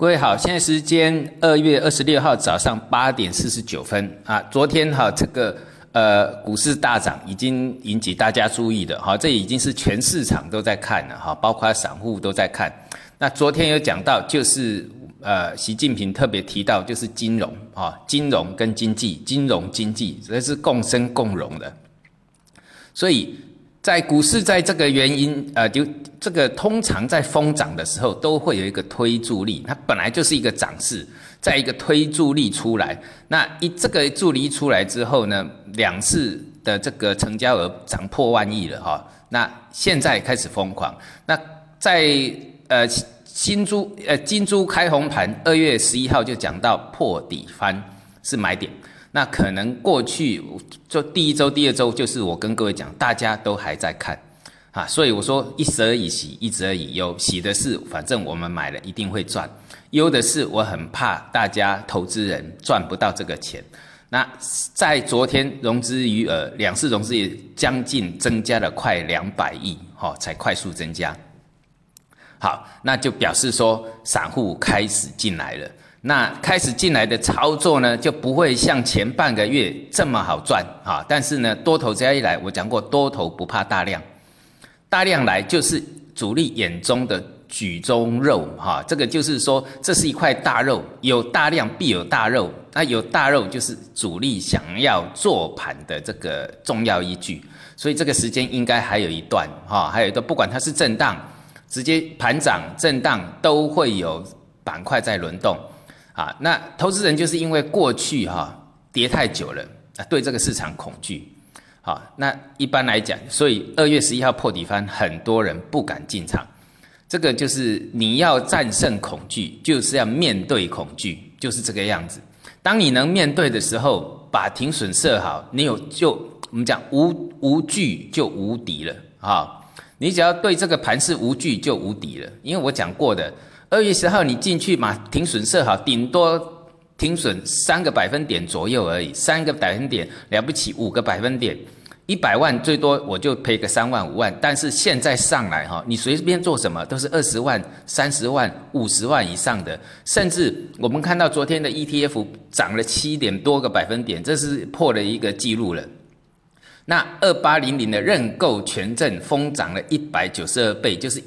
各位好，现在时间2月26号早上8点49分啊。昨天这个股市大涨，已经引起大家注意了这已经是全市场都在看了包括散户都在看。那昨天有讲到，就是习近平特别提到，就是金融金融跟经济，金融经济这是共生共荣的。所以在股市，在这个原因就这个通常在疯涨的时候都会有一个推助力，它本来就是一个涨势，再一个推助力出来，那这个助力出来之后呢，两市的这个成交额涨破万亿了那现在开始疯狂。那在金猪开红盘，2月11号就讲到破底翻是买点。那可能过去就第一周、第二周，就是我跟各位讲，大家都还在看所以我说一时而已喜，一时而已忧。喜的是，反正我们买了一定会赚；忧的是，我很怕大家投资人赚不到这个钱。那在昨天融资余额，两市融资也将近增加了快200亿才快速增加。好，那就表示说散户开始进来了。那开始进来的操作呢，就不会像前半个月这么好赚但是呢，多头只要一来，我讲过，多头不怕大量，大量来就是主力眼中的举中肉这个就是说，这是一块大肉，有大量必有大肉，那有大肉就是主力想要做盘的这个重要依据。所以这个时间应该还有一段还有一段，不管它是震荡、直接盘涨、震荡，都会有板块在轮动。那投资人就是因为过去跌太久了，对这个市场恐惧那一般来讲，所以2月11号破底翻，很多人不敢进场。这个就是你要战胜恐惧，就是要面对恐惧，就是这个样子。当你能面对的时候，把停损设好，你就我们讲无惧就无敌了你只要对这个盘势无惧就无敌了。因为我讲过的，2月10号你进去嘛，停损设好，顶多停损3个百分点左右而已，3个百分点了不起，5个百分点，100万最多我就赔个3万5万。但是现在上来你随便做什么都是20万、30万、50万以上的，甚至我们看到昨天的 ETF 涨了7点多个百分点，这是破了一个记录了。那2800的认购权证疯涨了192倍，就是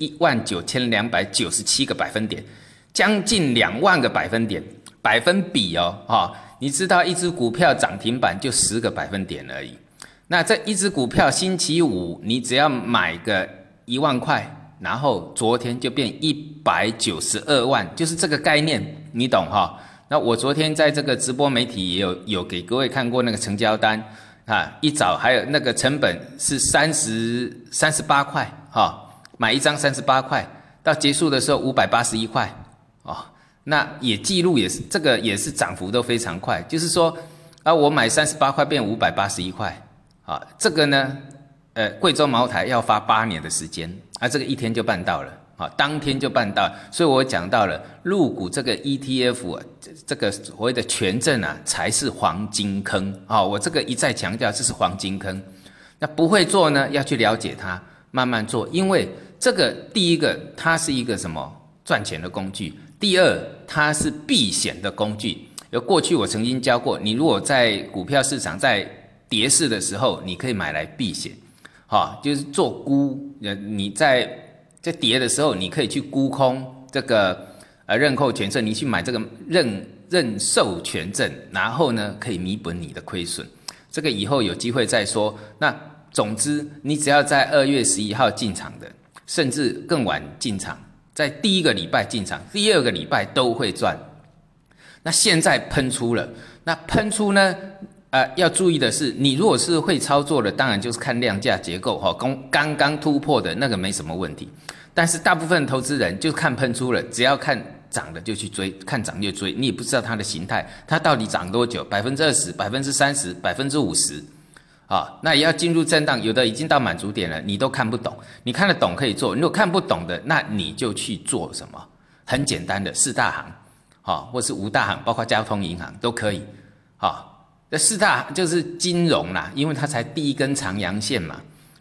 19297个百分点，将近2万个百分点，百分比你知道一只股票涨停板就10个百分点而已。那这一只股票星期五你只要买个1万块，然后昨天就变192万，就是这个概念，你懂那我昨天在这个直播媒体也有给各位看过那个成交单一早还有那个成本是38块买一张38块，到结束的时候581块那也记录也是这个也是涨幅都非常快，就是说我买38块变581块这个呢贵州茅台要花8年的时间这个一天就办到了当天就办到。所以我讲到了入股这个 ETF 这个所谓的权证才是黄金坑我这个一再强调，这是黄金坑。那不会做呢，要去了解它，慢慢做。因为这个第一个它是一个什么赚钱的工具，第二它是避险的工具。过去我曾经教过，你如果在股票市场在跌势的时候，你可以买来避险就是做沽，你在跌的时候，你可以去沽空这个认购权证，你去买这个认售权证，然后呢可以弥补你的亏损。这个以后有机会再说。那总之，你只要在2月11号进场的，甚至更晚进场，在第一个礼拜进场，第二个礼拜都会赚。那现在喷出了，那喷出呢？要注意的是，你如果是会操作的，当然就是看量价结构刚刚突破的那个没什么问题。但是大部分投资人就看喷出了，只要看涨的就去追，看涨就追，你也不知道它的形态，它到底涨多久，20%、30%、50%那也要进入震荡，有的已经到满足点了，你都看不懂。你看得懂可以做，如果看不懂的，那你就去做什么？很简单的4大行或是5大行，包括交通银行都可以这4大就是金融啦，因为它才第一根长阳线嘛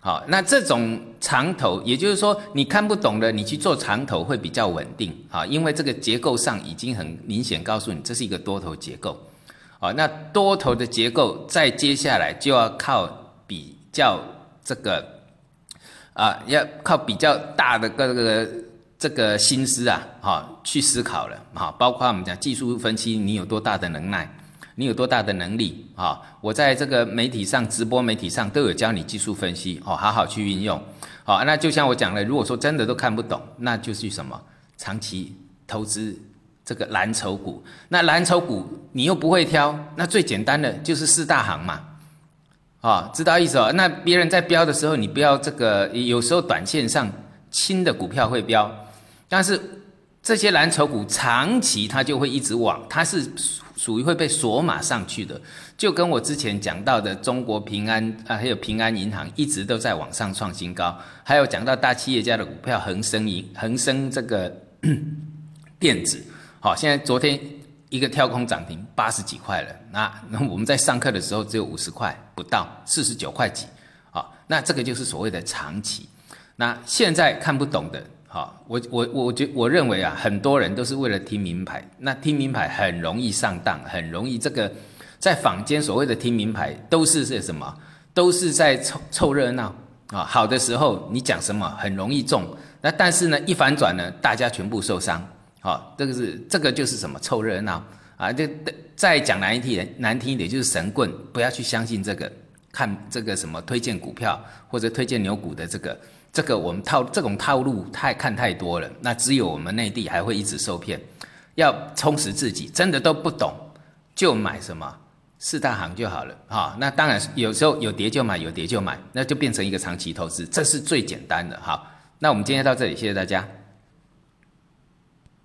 好，那这种长头，也就是说你看不懂的，你去做长头会比较稳定啊，因为这个结构上已经很明显告诉你，这是一个多头结构。好，那多头的结构，再接下来就要靠比较这个要靠比较大的这个心思去思考了。包括我们讲技术分析，你有多大的能耐，你有多大的能力我在这个媒体上、直播媒体上都有教你技术分析好好去运用。好，那就像我讲的，如果说真的都看不懂，那就是什么长期投资这个蓝筹股。那蓝筹股你又不会挑，那最简单的就是4大行嘛。知道意思那别人在标的时候，你不要这个，有时候短线上轻的股票会标，但是这些蓝筹股长期它就会一直往，它是属于会被锁码上去的，就跟我之前讲到的中国平安还有平安银行一直都在往上创新高，还有讲到大企业家的股票恒生这个电子，现在昨天一个跳空涨停80几块了，那我们在上课的时候只有50块不到，49块几，那这个就是所谓的长期。那现在看不懂的，我认为很多人都是为了听名牌，那听名牌很容易上当，很容易这个在坊间所谓的听名牌都是什么？都是在凑热闹好的时候你讲什么很容易中，那但是呢一反转呢，大家全部受伤。这个就是什么凑热闹再讲难听一点就是神棍，不要去相信这个，看这个什么推荐股票或者推荐牛股的这个我们这种套路看太多了，那只有我们内地还会一直受骗。要充实自己，真的都不懂就买什么4大行就好了那当然有时候有跌就买，有跌就买，那就变成一个长期投资，这是最简单的。好，那我们今天到这里，谢谢大家。